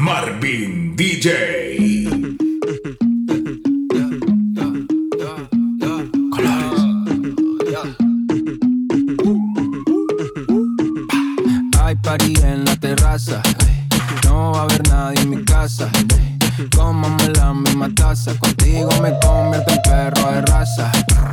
Marvin DJ. Hay party en la terraza, no va a haber nadie en mi casa. Cómame la misma taza, contigo me convierto en perro de raza.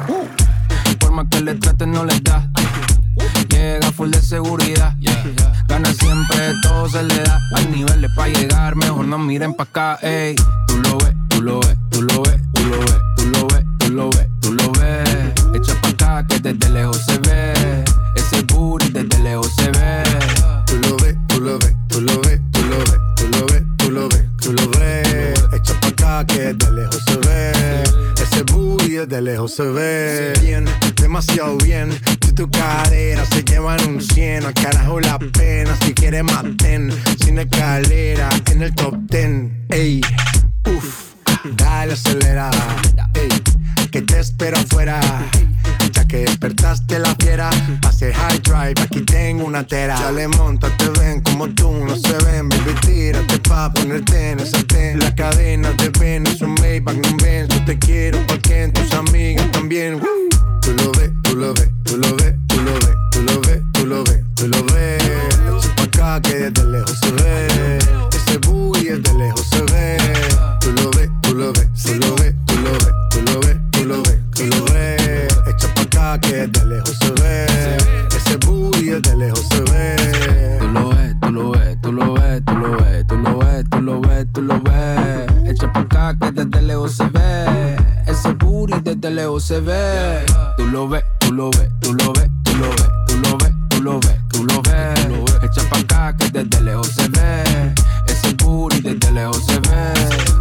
Por más que le traten no les da, llega full de seguridad. Gana siempre, todo se le da. Hay niveles pa' llegar, mejor no miren pa' acá, ey. Tú lo ves, tú lo ves, tú lo ves, tú lo ves, tú lo ves, tú lo ves, tú lo ves. Echa pa' acá que desde lejos se ve, ese booty desde lejos se ve. Tú lo ves, tú lo ves, tú lo ves, tú lo ves, tú lo ves, tú lo ves, tú lo ves. Echa pa' acá que desde lejos se ve, ese booty desde lejos se ve. Bien, demasiado bien. Si tu cadera se llevan un 100, al carajo la pena. Si quieres maten, sin escalera, en el top 10. Ey, uff, dale acelera. Ey, que te espero afuera. Ya que despertaste la fiera, pase high drive, aquí tengo una tera. Ya le monta, te ven como tú no se ven. Baby, tírate pa' ponerte en ese ten. La cadena te ven, es un Maybach, no ven. Yo te quiero porque en tus amigas también. Tú lo ves, tú lo ves, tú lo ves, tú lo ves, tú lo ves, tú lo ves, tú lo ves. Echa pa' acá que desde lejos se ve, ese booty desde lejos se ve. Tú lo ves, tú lo ves, tú lo ves, tú lo ves, tú lo ves, tú lo ves, tú lo ves. Echa pa' acá que desde lejos se ve, ese booty desde lejos se ve. Tú lo ves, tú lo ves, tú lo ves, tú lo ves, tú lo ves, tú lo ves, tú lo ves. Echa pa' acá que desde lejos se ve, ese booty desde lejos se ve. Tú lo ves, tú lo ves, tú lo ves, tú lo ves, tú lo ves, tú lo ves, tú lo ves. Echa pa' acá que desde lejos se ve, ese booty desde lejos se ve.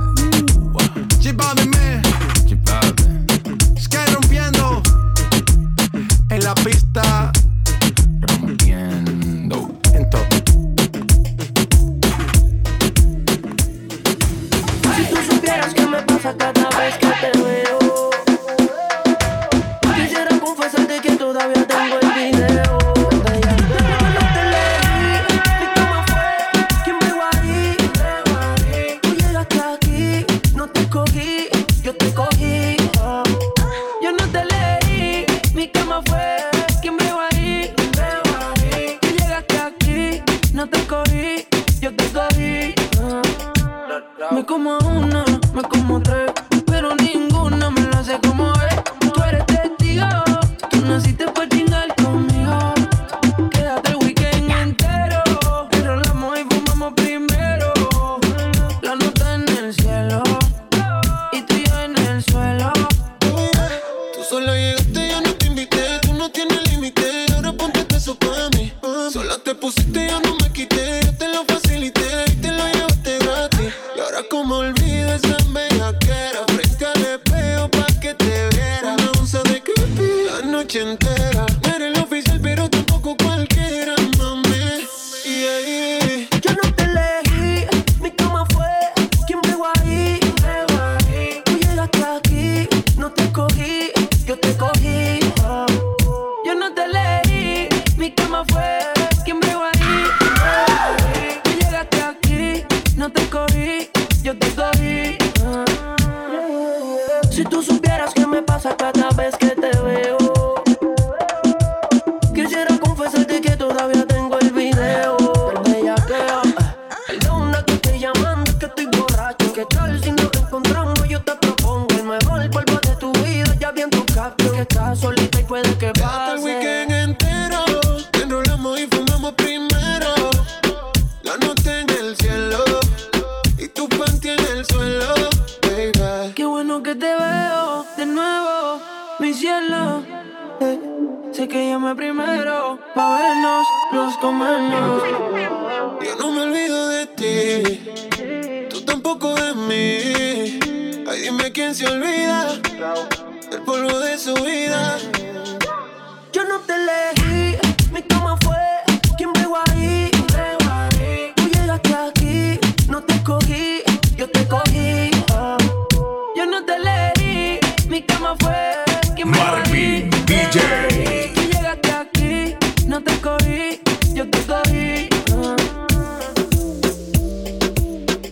Chipame, Sky rompiendo en la pista, rompiendo en todo. Si tú supieras qué me pasa cada vez que te veo, quisiera confesarte que todavía tengo el video. No te leí, ni cómo fue, quién pegó ahí. Tú llegaste aquí, no te cogí, yo te cogí. Yo no te leí, mi cama fue, quién pegó ahí. Tú llegaste aquí, no te cogí, yo te cogí. Me como una, me como tres, pero ninguna me la hace como es. Tú eres testigo, tú naciste pa' chingar conmigo. Quédate el weekend entero, enrolamos y fumamos primero. La nota en el cielo, y tú y yo en el suelo. Tú sola llegaste, yo no te invité. Tú no tienes límite, ahora ponte eso pa' mí. Sola te pusiste, yo no me quité. Yo te lo facilité y te lo llevaste gratis. Y ahora como olvido esa bellaquera, frente al espejo pa' que te viera. Una onza de creepy la noche entera. No eres el oficial, pero tampoco cualquiera, mami. Yo no te elegí, mi cama fue, quién pegó ahí. Tú llegaste aquí, no te cogí, yo te cogí. Yo no te elegí, mi cama fue, quién pegó ahí. Tú llegaste aquí, no te cogí, yo te cogí. Si tú supieras qué me pasa cada vez que te veo, quisiera confesarte que todavía tengo el video del bellaqueo. Perdona que estoy llamando, que estoy borracho. ¿Qué tal si nos encontramos? Yo te propongo el mejor polvo de tu vida. Ya vi en tu caption que estás solita y puede que Quédate el weekend pase. entero, enrolamos y fumamos primero. La nota en el cielo y tu panty en el suelo, baby. Qué bueno que te veo de nuevo, mi cielo. Sé que llamé primero, pa' vernos, nos comemos. Yo no me olvido de ti, tú tampoco de mí. Ay, dime quién se olvida del polvo de su vida. Yo no te elegí, mi cama fue, quién pegó ahí. Tú llegaste aquí, no te cogí, yo te cogí. Yo no te elegí, mi cama fue, quién pegó ahí. Marvin DJ. Tú llegaste aquí, no te cogí, yo te cogí.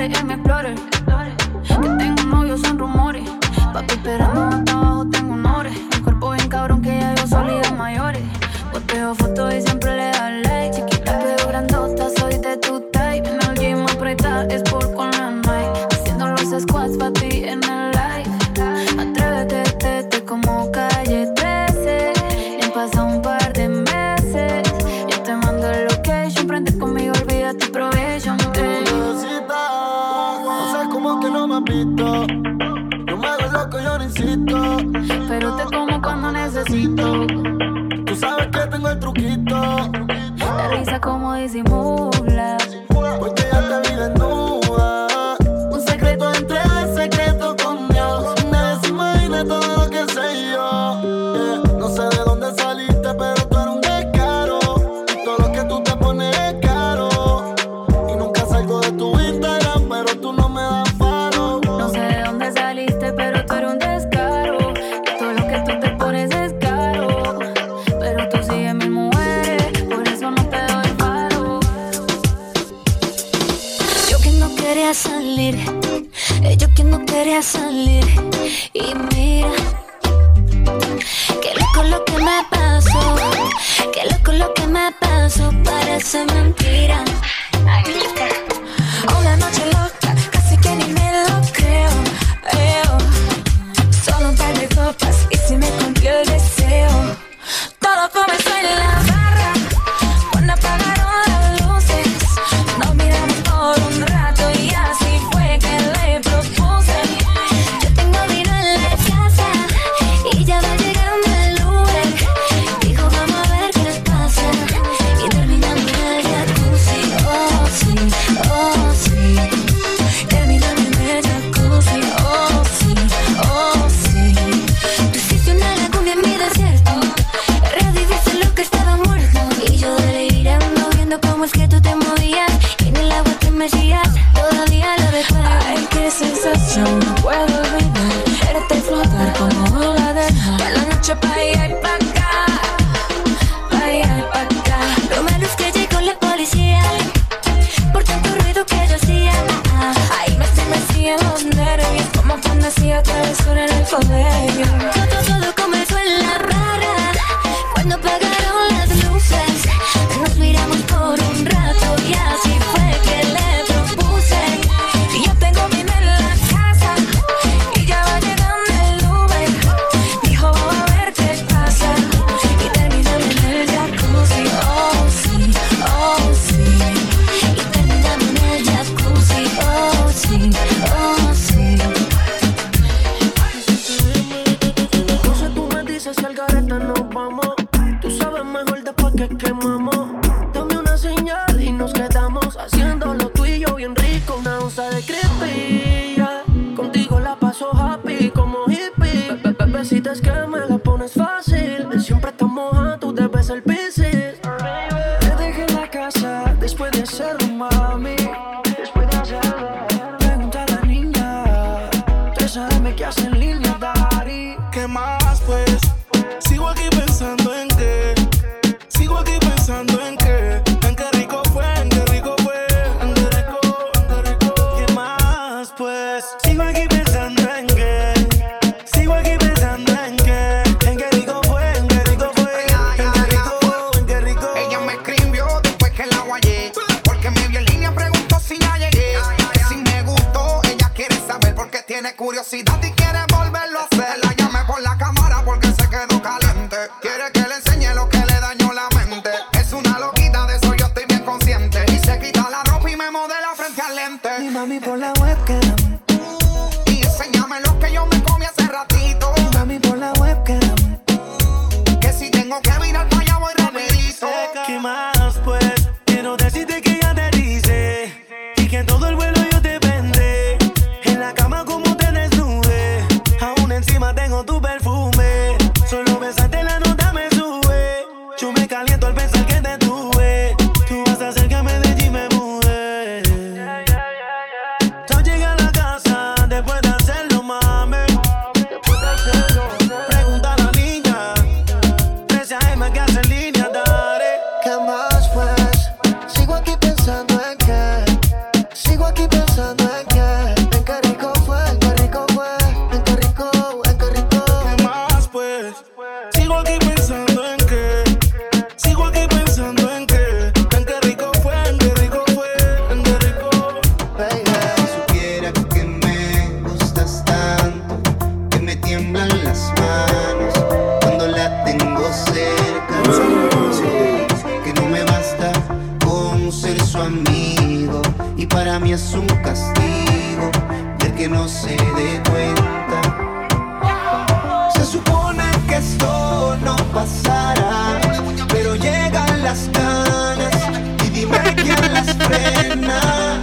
Ferrari en mi Explorer. Que tengo un novio son rumores. Papi esperando hasta abajo tengo honores. Un cuerpo bien cabrón que ya yo solía mayores. Posteo fotos y siempre le da like. Chiquita pero grandota, soy de tu type. En el gym aprieta, es por con la Nike. Haciendo los squats pa' ti en el live. Atrévete, tete como Calle 13. Ya han pasado un par de meses. Yo te mando el location. Prende conmigo, olvida tu probation. No sé cómo que no me has visto. No me hagas loco, yo no insisto. Pero te como cuando necesito. Tú sabes que tengo el truquito. La risa como disimula. Porque ya te vi desnuda. Un secreto entre secreto con Dios. Nadie se imagina todo lo que sé yo. No sé de dónde saliste, pero tú eres un descaro. Y todo lo que tú te pones es caro. Y nunca salgo de tu Instagram, pero tú no me das follow. No sé de dónde saliste, pero tú eres un descaro. Y todo lo que tú te pones es caro. Pero tú sigues mil mujeres, por eso no te doy paro. Yo que no quería salir, yo que no quería salir. Y mira, qué loco lo que me pasó. Qué loco lo que me pasó, parece mentira. Una noche loca, casi que ni me lo creo. Solo un par de copas y se me cumplió el deseo. Todo comenzó en la barra, cuando apagaron las luces. Nos miramos por un rato y así fue que le propuse. Yo tengo vino en la casa y ya va llegando el Uber. Dijo vamos a ver qué pasa y terminamos en el jacuzzi. Oh sí, oh sí. Terminamos en el jacuzzi. Oh sí, oh sí. Tú hiciste una laguna en mi desierto. Reviviste lo que estaba muerto. Y yo delirando viendo cómo es que tú te movías. Y en el agua te mecías. Todavía lo recuerdo. Ay, qué sensación, no puedo olvidar. Verte flotar como la arena. Pa' la noche pa' allá y pa' acá. Pa' allá y pa' acá. Lo malo es que llegó la policía por tanto ruido que yo hacía. Ahí me estremecían los nervios, como cuando hacía travesura en el colegio. Todo comenzó en la barra, cuando apagaron las luces. Nos miramos por un rato y así fue que le propuse. Y yo tengo vino en la casa y ya va llegando el Uber. Dijo vamos a ver qué pasa y terminamos en el jacuzzi. Oh sí, oh sí. Y terminamos en el jacuzzi. Oh sí, oh sí. No sé, tú me dices si al gareta nos vamos. Tú sabes mejor después que quemamos. Dame una señal y nos quedamos haciéndolo tú y yo bien rico. Una onza de creepy, yeah. Contigo la paso happy como hippie. Bebecita es que me la pones fácil. Siempre estás moja, tú debes ser piscis. Te dejé en la casa después de hacerlo, mami. Después de hacerlo. Pregunta a la niña. 3 AM que hace en línea, daddy. ¿Qué más pues? Sigo aquí pensando en qué. Sigo aquí pensando en qué. En qué rico fue, en qué rico fue. En qué rico, en qué rico. ¿Qué más pues? Sigo aquí pensando en qué. Sigo aquí pensando en qué. En qué rico fue, en qué rico fue. En qué rico, en qué rico. Ella me escribió después que la guayé, porque me vio en línea, preguntó si ya llegué. Si me gustó, ella quiere saber porque tiene curiosidad y quiere volverlo a hacer. La llamé por la cámara porque se quedó caliente. Quiere que le enseñe lo que le dañó la mente. Es una loquita, de eso yo estoy bien consciente. Y se quita la ropa y me modela frente al lente. Mi mami por la webcam. Y enséñame lo que yo me comí hace ratito. Mi mami por la webcam. Que si tengo que virar para allá voy rapidito. ¿Qué más pues? Quiero decirte que ya te dice y que todo el vuelo yo te vendré. En la cama como te desnude. Aún encima tengo tu perfume. Solo besarte la nota me sube. Yo me caliento al pensar que te tuve. Tú vas a hacer que me deje y me mude. Yo llegué a la casa después de hacerlo, mami. Pregunta a la niña. pensando en qué rico fue, en qué rico fue, en qué rico, en qué rico. ¿Qué más pues? Sigo aquí pensando en qué. Sigo aquí pensando en qué. En qué rico fue, en qué rico fue, en qué rico. Baby. Supiera que me gustas tanto, que me tiemblan las manos cuando la tengo cerca. Que no me basta con ser su amigo, y para mí es un castigo ver que no se dé cuenta. Se supone que esto no pasará, pero llegan las ganas y dime quién las frena.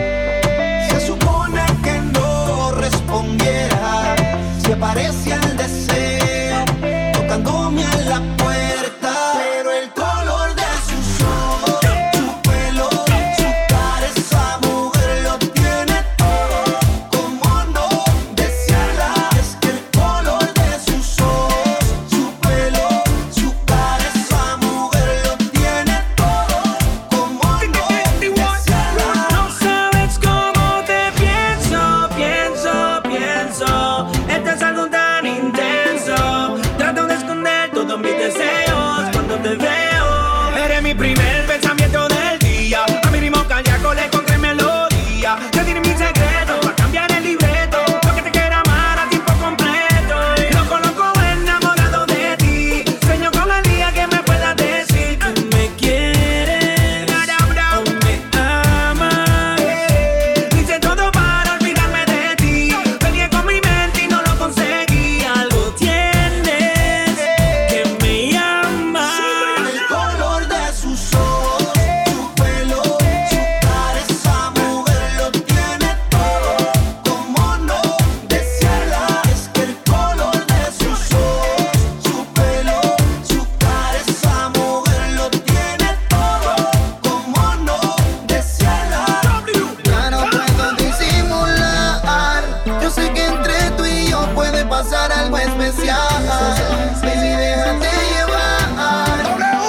Se supone que no respondiera si aparece el deseo tocándome a la puerta, pero el color de sus ojos, su pelo, su cara, esa mujer lo tiene todo. ¿Cómo no desearla? Es que el color de sus ojos, su pelo, su cara, esa mujer lo tiene todo. ¿Cómo no desearla? No sabes cómo te pienso, pienso, pienso. Este es algo tan intenso. Trato de esconder todos mis deseos cuando te veo. Eres mi primer pensamiento del día. A mi ritmo cardíaco le encontré melodía. Ya tienes mi secreto para cambiar el libreto. Lo que te quiera amar a tiempo completo. Loco, loco, enamorado de ti. Sueño con el día que me puedas decir tú me quieres o me amas. Hice todo para olvidarme de ti. Peleé con mi mente y no lo conseguí. Algo tienes que me llama. El color de sus ojos, su pelo, su cara, esa mujer lo tiene todo. ¿Cómo no desearla? Es que el color de sus ojos, su pelo, su cara, esa mujer lo tiene todo. ¿Cómo no desearla? Ya no puedo disimular. Yo sé que entre tú y yo puede pasar algo especial. Baby, déjate llevar.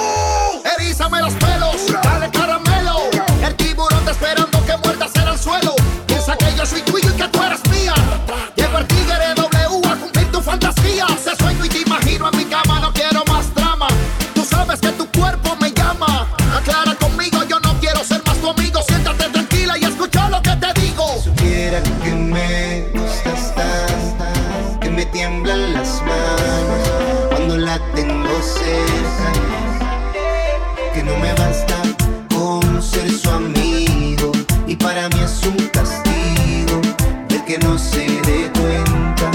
Erízame los pelos, dale caramelo. El tiburón te esperando que muerdas en el suelo. Piensa que yo soy tuyo y que tú eres mía. Llego el tigre W a cumplir tu fantasía. Te sueño y te imagino en mi cama, no quiero más drama. Tú sabes que tu cuerpo me llama. Aclara conmigo, yo no quiero ser más tu amigo. Siéntate tranquila y escucha lo que te digo. Supiera que me gustas tanto, que me tiemblan las manos cuando la tengo cerca. Que no me basta con ser su amigo, y para mí es un castigo ver que no se dé cuenta.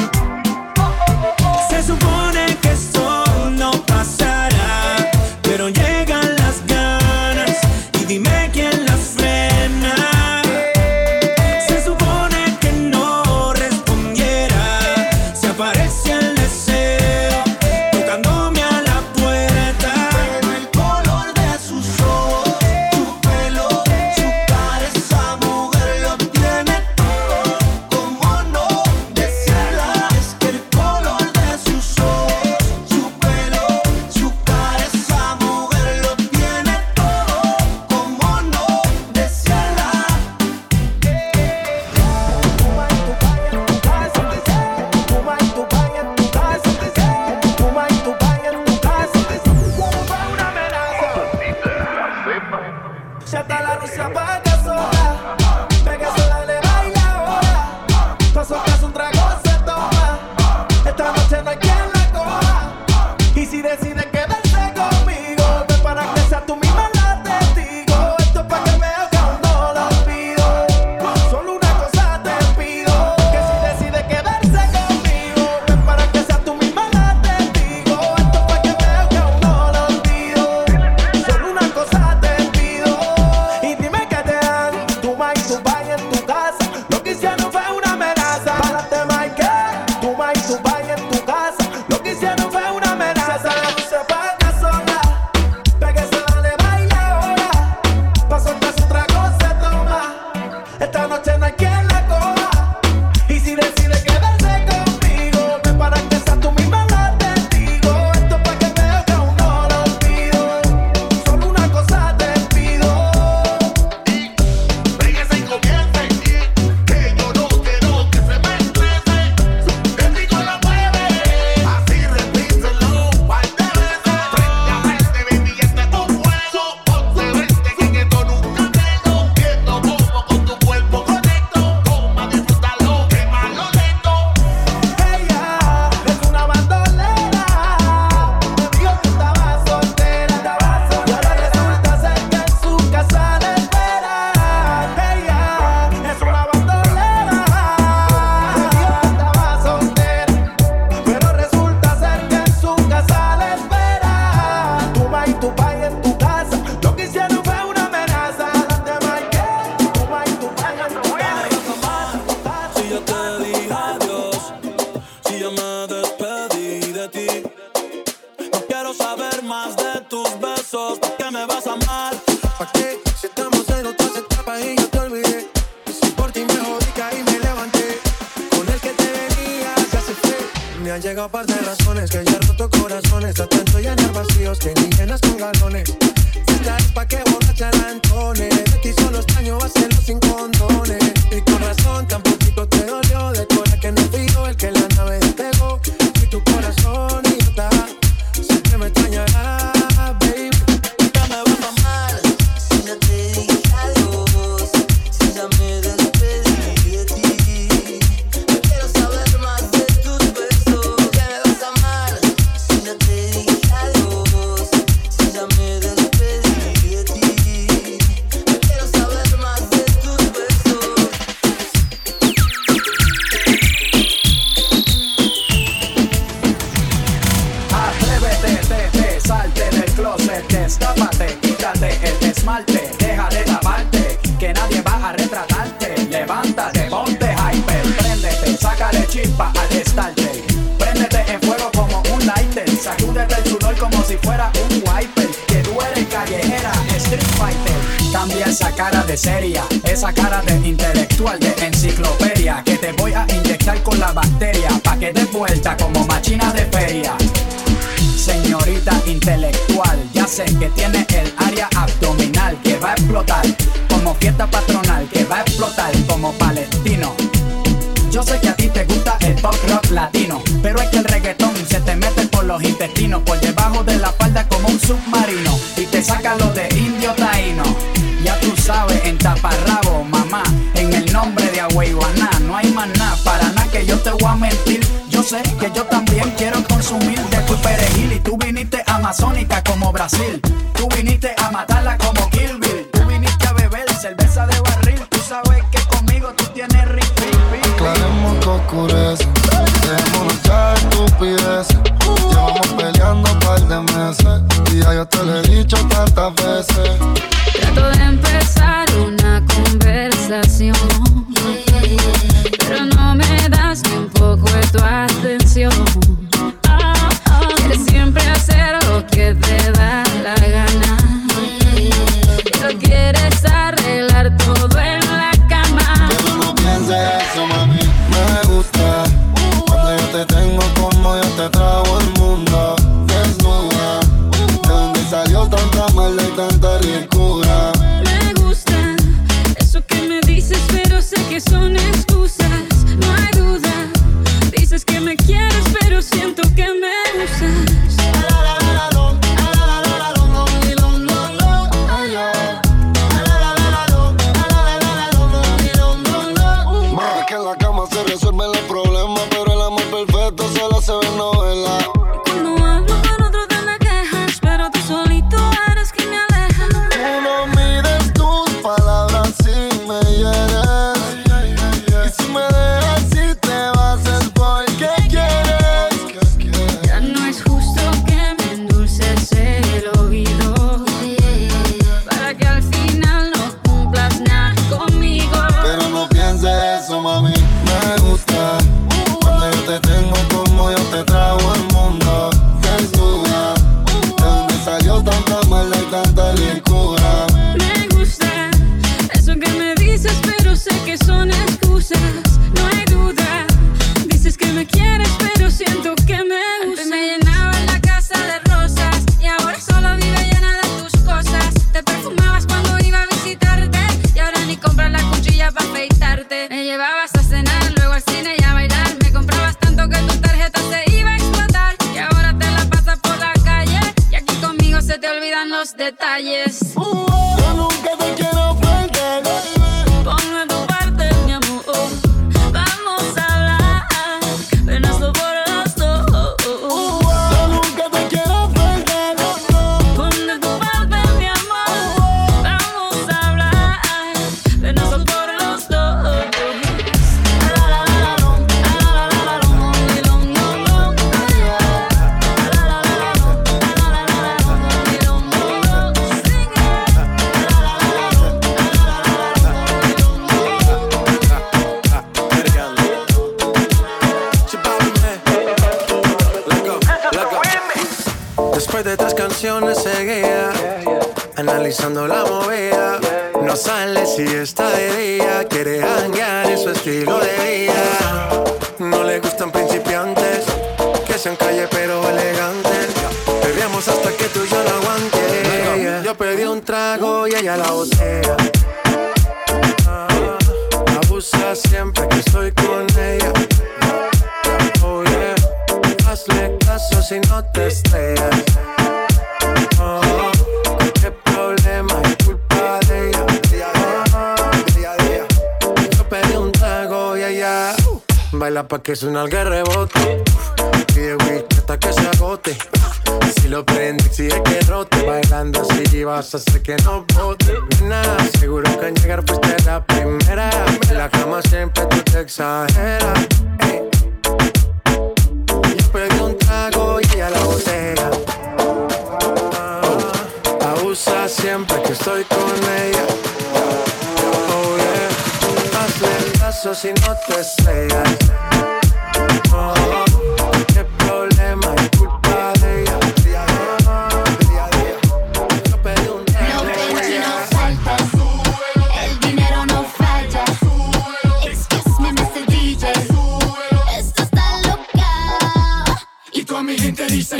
Se supone que esto no pasará, pero llegan las ganas y dime quién las frena. Se supone que no responderá Me han llegado par de razones que ya he roto corazones. Tratando de llenar vacíos que ni llenas con galones. Esta es pa' que borracha la entone. De ti solo extraño hacerlo sin condones. Y con razón tan poquito te dolió. De cora que no fui yo el que la nave despegó. Y tu corazón idiota, sé que me extrañará, baby. Ya me va pa' mal si ya te dije adiós. Si ya me despedí de ti. No quiero saber más de tus besos. Ya me vas a mal si ya te dije adiós. Si ya me despedí de ti. No quiero saber más de tus besos. Atrévete, salte del closet, destápate, quítate el esmalte, deja de taparte, que nadie va a retratarte. Levántate, ponte hyper, préndete, sácale chispa al starter. Préndete en fuego como un lighter, sacúdete el sudor como si fuera un wiper. Que tú eres callejera, street fighter. Cambia esa cara de seria, esa cara de intelectual, de enciclopedia. Que te voy a inyectar con la bacteria, pa' que des vuelta como machina de feria. Señorita intelectual, ya sé que tiene el área abdominal que va a explotar como fiesta patronal, que va a explotar como palestino. Yo sé que a ti te gusta el pop rock latino, pero es que el reggaetón se te mete por los intestinos, por debajo de la falda como un submarino, y te saca lo de indio taíno. Ya tú sabes, en taparrabo, mamá, en el nombre de Agüeyuaná, no hay más nada, para nada que yo te voy a mentir. Yo sé que yo también quiero consumir de tu perejil, y tú viniste amazónica como Brasil, tú viniste a matarla como Kill Bill, tú viniste a beber cerveza de barril, tú sabes que conmigo tú tienes refill. Aclaremos que oscurece, dejémonos ya de estupideces. Llevamos peleando un par de meses y ya yo te lo he dicho tantas veces. Trato de empezar una conversación, pero no me das ni un poco de tu atención. Quieres siempre hacer lo que te da la gana, pero quieres arreglar todo en la cama. Pero no pienses eso, mami, me gusta cuando yo te tengo como yo te trago el mundo. Desnuda, de donde salió tanta maldad y tanta ricura. Me gusta eso que me dices, pero sé que son excusas. No hay duda, dices que me quieres, pero siento que me usas. Es que en la cama se resuelven los problemas, pero el amor perfecto solo se ve en novela. Cuando hablo con otro te me quejas, pero tú solito eres quien me aleja. Tú no mides tus palabras si me hieres, y si me dejas si te vas es porque quieres. Ya no es justo que me endulces el oído, para que al final no cumplas nada conmigo. Pero no pienses eso, mami, me gusta cuando yo te tengo como yo te trago el mundo. Desnuda, de donde salió tanta maldad y tanta ricura. Me gusta eso que me dices, pero sé que son excusas. No hay duda, dices que me quieres, pero siento que me usas. Antes me llenaba la casa de rosas y ahora solo vive llena de tus cosas. Te perfumabas cuando iba a visitarte y ahora ni compras la cuchilla para afeitarte. Me llevabas a cenar, luego al cine y a bailar. Me comprabas tanto que tu tarjeta se iba a explotar y ahora te la pasas por la calle y aquí conmigo se te olvidan los detalles. Yo nunca te quiero perder. Ponme tu parte, mi amor. Vamos a hablar, ven hazlo por los dos. Yo nunca te quiero perder. Ponme tu parte, mi amor. Vamos a hablar, ven hazlo por los dos. Después de 3 canciones seguía analizando la movida. No sale si está de día, quiere janguear en su estilo de vida. No le gustan principiantes, y ella la botea. Abusa siempre que estoy con ella. Oh yeah, hazle caso si no te estrellas. Qué problema es culpa de ella. Yo pedí un trago y ella baila pa' que suena el rebote. Pide whisky hasta que se agote. Si lo prende, exige que rote. Bailando así vas a hacer que no bote. Nada, seguro que al llegar fuiste la primera. En la cama siempre tú te exageras. Hey. Yo pedí un trago y ella la botella. Abusa siempre que estoy con ella. Oh yeah, hazle el caso si no te estrellas. Qué problema es culpa de ella. Yo pedí un trago y ella. El dinero no falla. Excuse me, Mr. DJ. Esto está loca. Y toda mi gente dice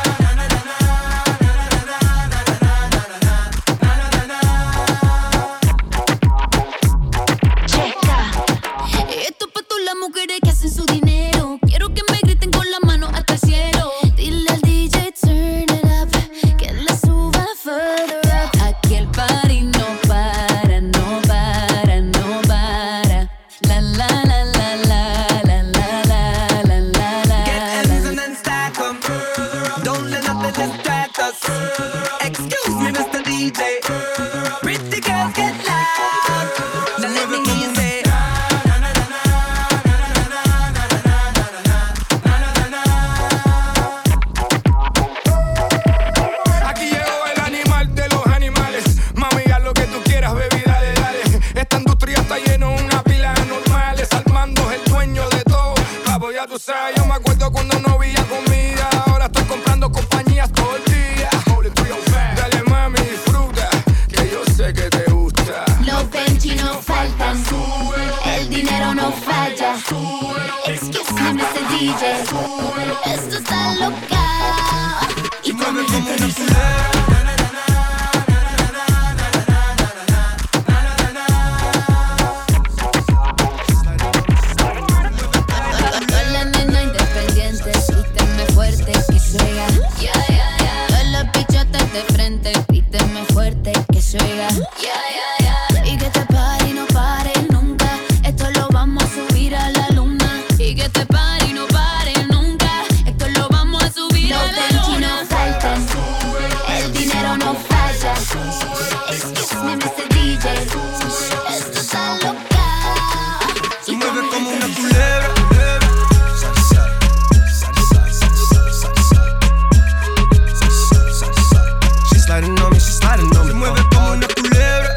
checa. Esto pa' todas las mujeres que hacen su dinero. Quiero que me griten con la mano hasta el cielo. Dile al DJ turn it up, que la suba further up. Aquí el party no para, no para, no para. La la la la la la la la la la la. Get ends and then stack 'em. Don't let nothing distract us. Excuse me, Mr. DJ. Pretty girls get loud. Now let me hear you say Aquí llegó el animal de los animales. Mami, haz lo que tú quieras, baby, dale, dale. Esta industria está lleno de una pila de normales. Armando es el dueño de todo. Papo, ya tú sabes, yo me acuerdo cuando no había comida. Ahora estoy comprando compañías todo el día. Dale, mami, disfruta, que yo sé que te gusta. Los Benji no faltan. El dinero no falla. Excuse me, Mr. DJ. Esto está loca. Y mueve como una toda la nena independiente, píteme fuerte que se oiga. Todas las bichotas de frente, píteme fuerte que se oiga. Y que te pare y no pare nunca. Esto lo vamos a subir a la luna. Y que te pare y no pare nunca. Esto lo vamos a subir a la luna. Los Benji no faltan. El dinero no falla. Excuse me, Mr. DJ. Esto está loca. Se mueve como una culebra. She's sliding on me, she's sliding on me. Se mueve como una culebra.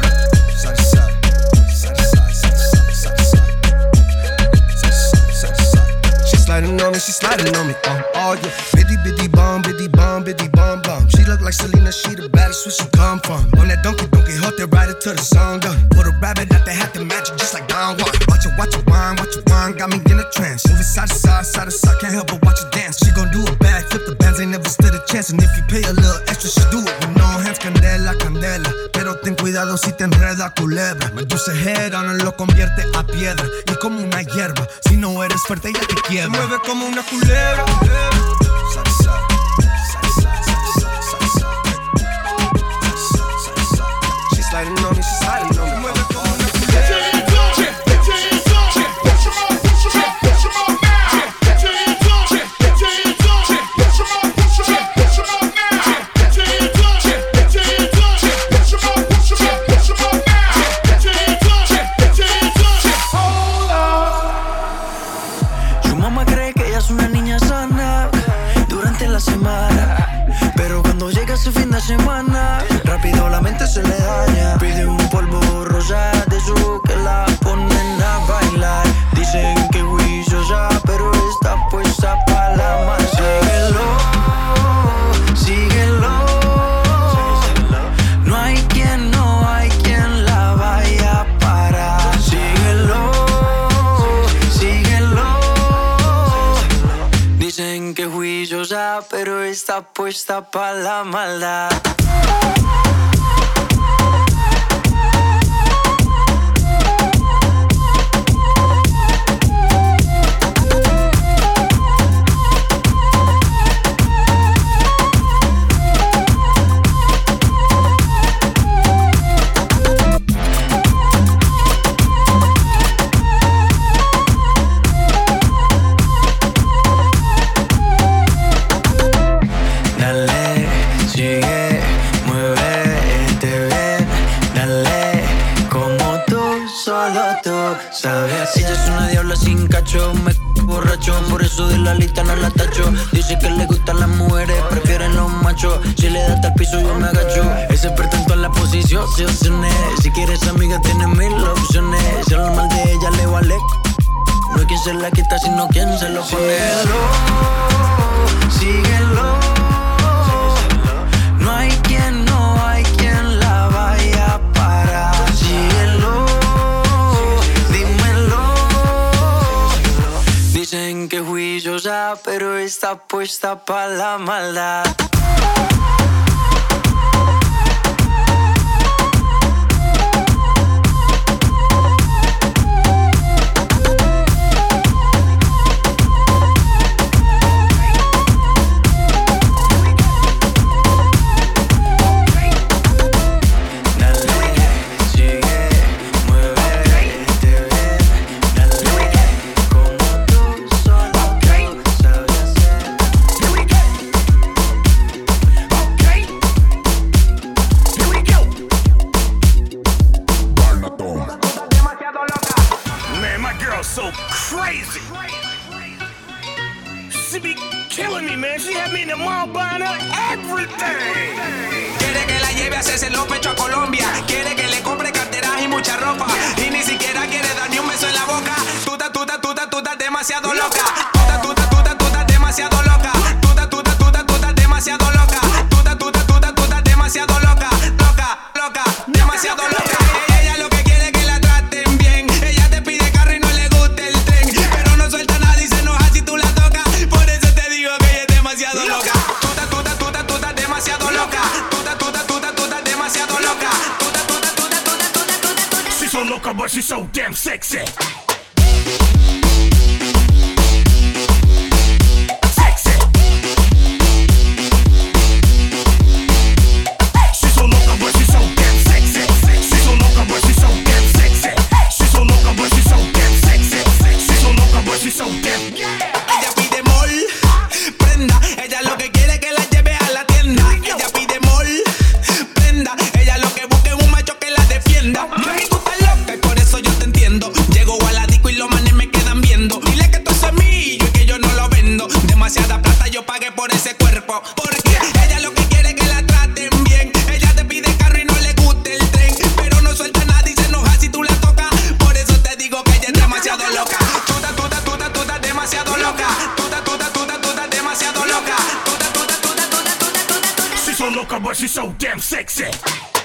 She's sliding on me, she's sliding on me. Oh yeah. Bitty bitty bum, bitty bum, bitty bum bum. She look like Selena, she the baddest where she come from. On that donkey donkey, hot they ride it to the song done. Put a rabbit out, they had the magic just like Don Juan. Watch it wine, got me in a trance. Moving side to side, can't help but watch her dance. She gon' do a backflip, the bands ain't never stood a chance. And if you pay a little extra, she do it with no hands, candela, candela. Pero ten cuidado si te enreda culebra. Medusa head on lo convierte a piedra. Y como una hierba, si no eres fuerte ella te Se quiebra. mueve como una culebra. She's sliding on me, she's sliding on me. Se mueve como una culebra. Su mamá cree que ella es una niña sana durante la semana, pero cuando llega ese fin de semana, rápido la mente se le daña. Pide un polvo rosa de esos que la ponen a bailar. Dicen que juiciosa, pero está puesta pa' la masa. Síguelo, no hay quien la vaya a parar. Síguelo. Dicen que juiciosa, pero está puesta pa' la maldad. sola sin cacho. Me borracho, por eso de la lista no la tacho. Dice que le gustan las mujeres, prefieren los machos. Si le da hasta el piso yo me agacho. Es experto en todas las posiciones. Si quieres amiga tienes 1000 opciones. Si habla mal de ella le vale. No hay quien se la quita sino quien se lo pone. Síguelo. No hay quien la vaya a parar. Síguelo, dímelo. Dicen que juiciosa, pero está puesta pa' la maldad. So crazy. She be killing me, man. She had me in the mall buying her everything. Quiere que la lleve a hacerse los pechos a Colombia. Quiere que le compre carteras y mucha ropa. Y ni siquiera quiere dar ni un beso en la boca. Tú estás demasiado loca. Tú estás demasiado loca. Tú estás demasiado loca. Tú estás demasiado loca. Loca, demasiado loca. Ella lo que quiere es que la traten bien. Ella te pide carro y no le gusta el tren. Pero no suelta nada y se enoja si tú la tocas. Por eso te digo que ella es demasiado loca. Tú estás demasiado loca. Tú estás demasiado loca. She's so loca, but she's so damn sexy. Ella pide mall, prenda. Ella lo que quiere es que la lleve a la tienda. Ella pide mall, prenda. Ella lo que busca es un macho que la defienda. Mami, tú estás loca y por eso yo te entiendo. Llego a la disco y los manes me quedan viendo. Dile que tú es mío y que yo no lo vendo. Demasiada plata yo pagué por ese cuerpo. Porque ella lo que quiere es que la traten bien. Ella te pide carro y no le gusta el tren. Pero no suelta nada y se enoja si tú la tocas. Por eso te digo que ella es demasiado loca. Demasiado loca. Tú estás demasiado loca. She's so loca, but she's so damn sexy.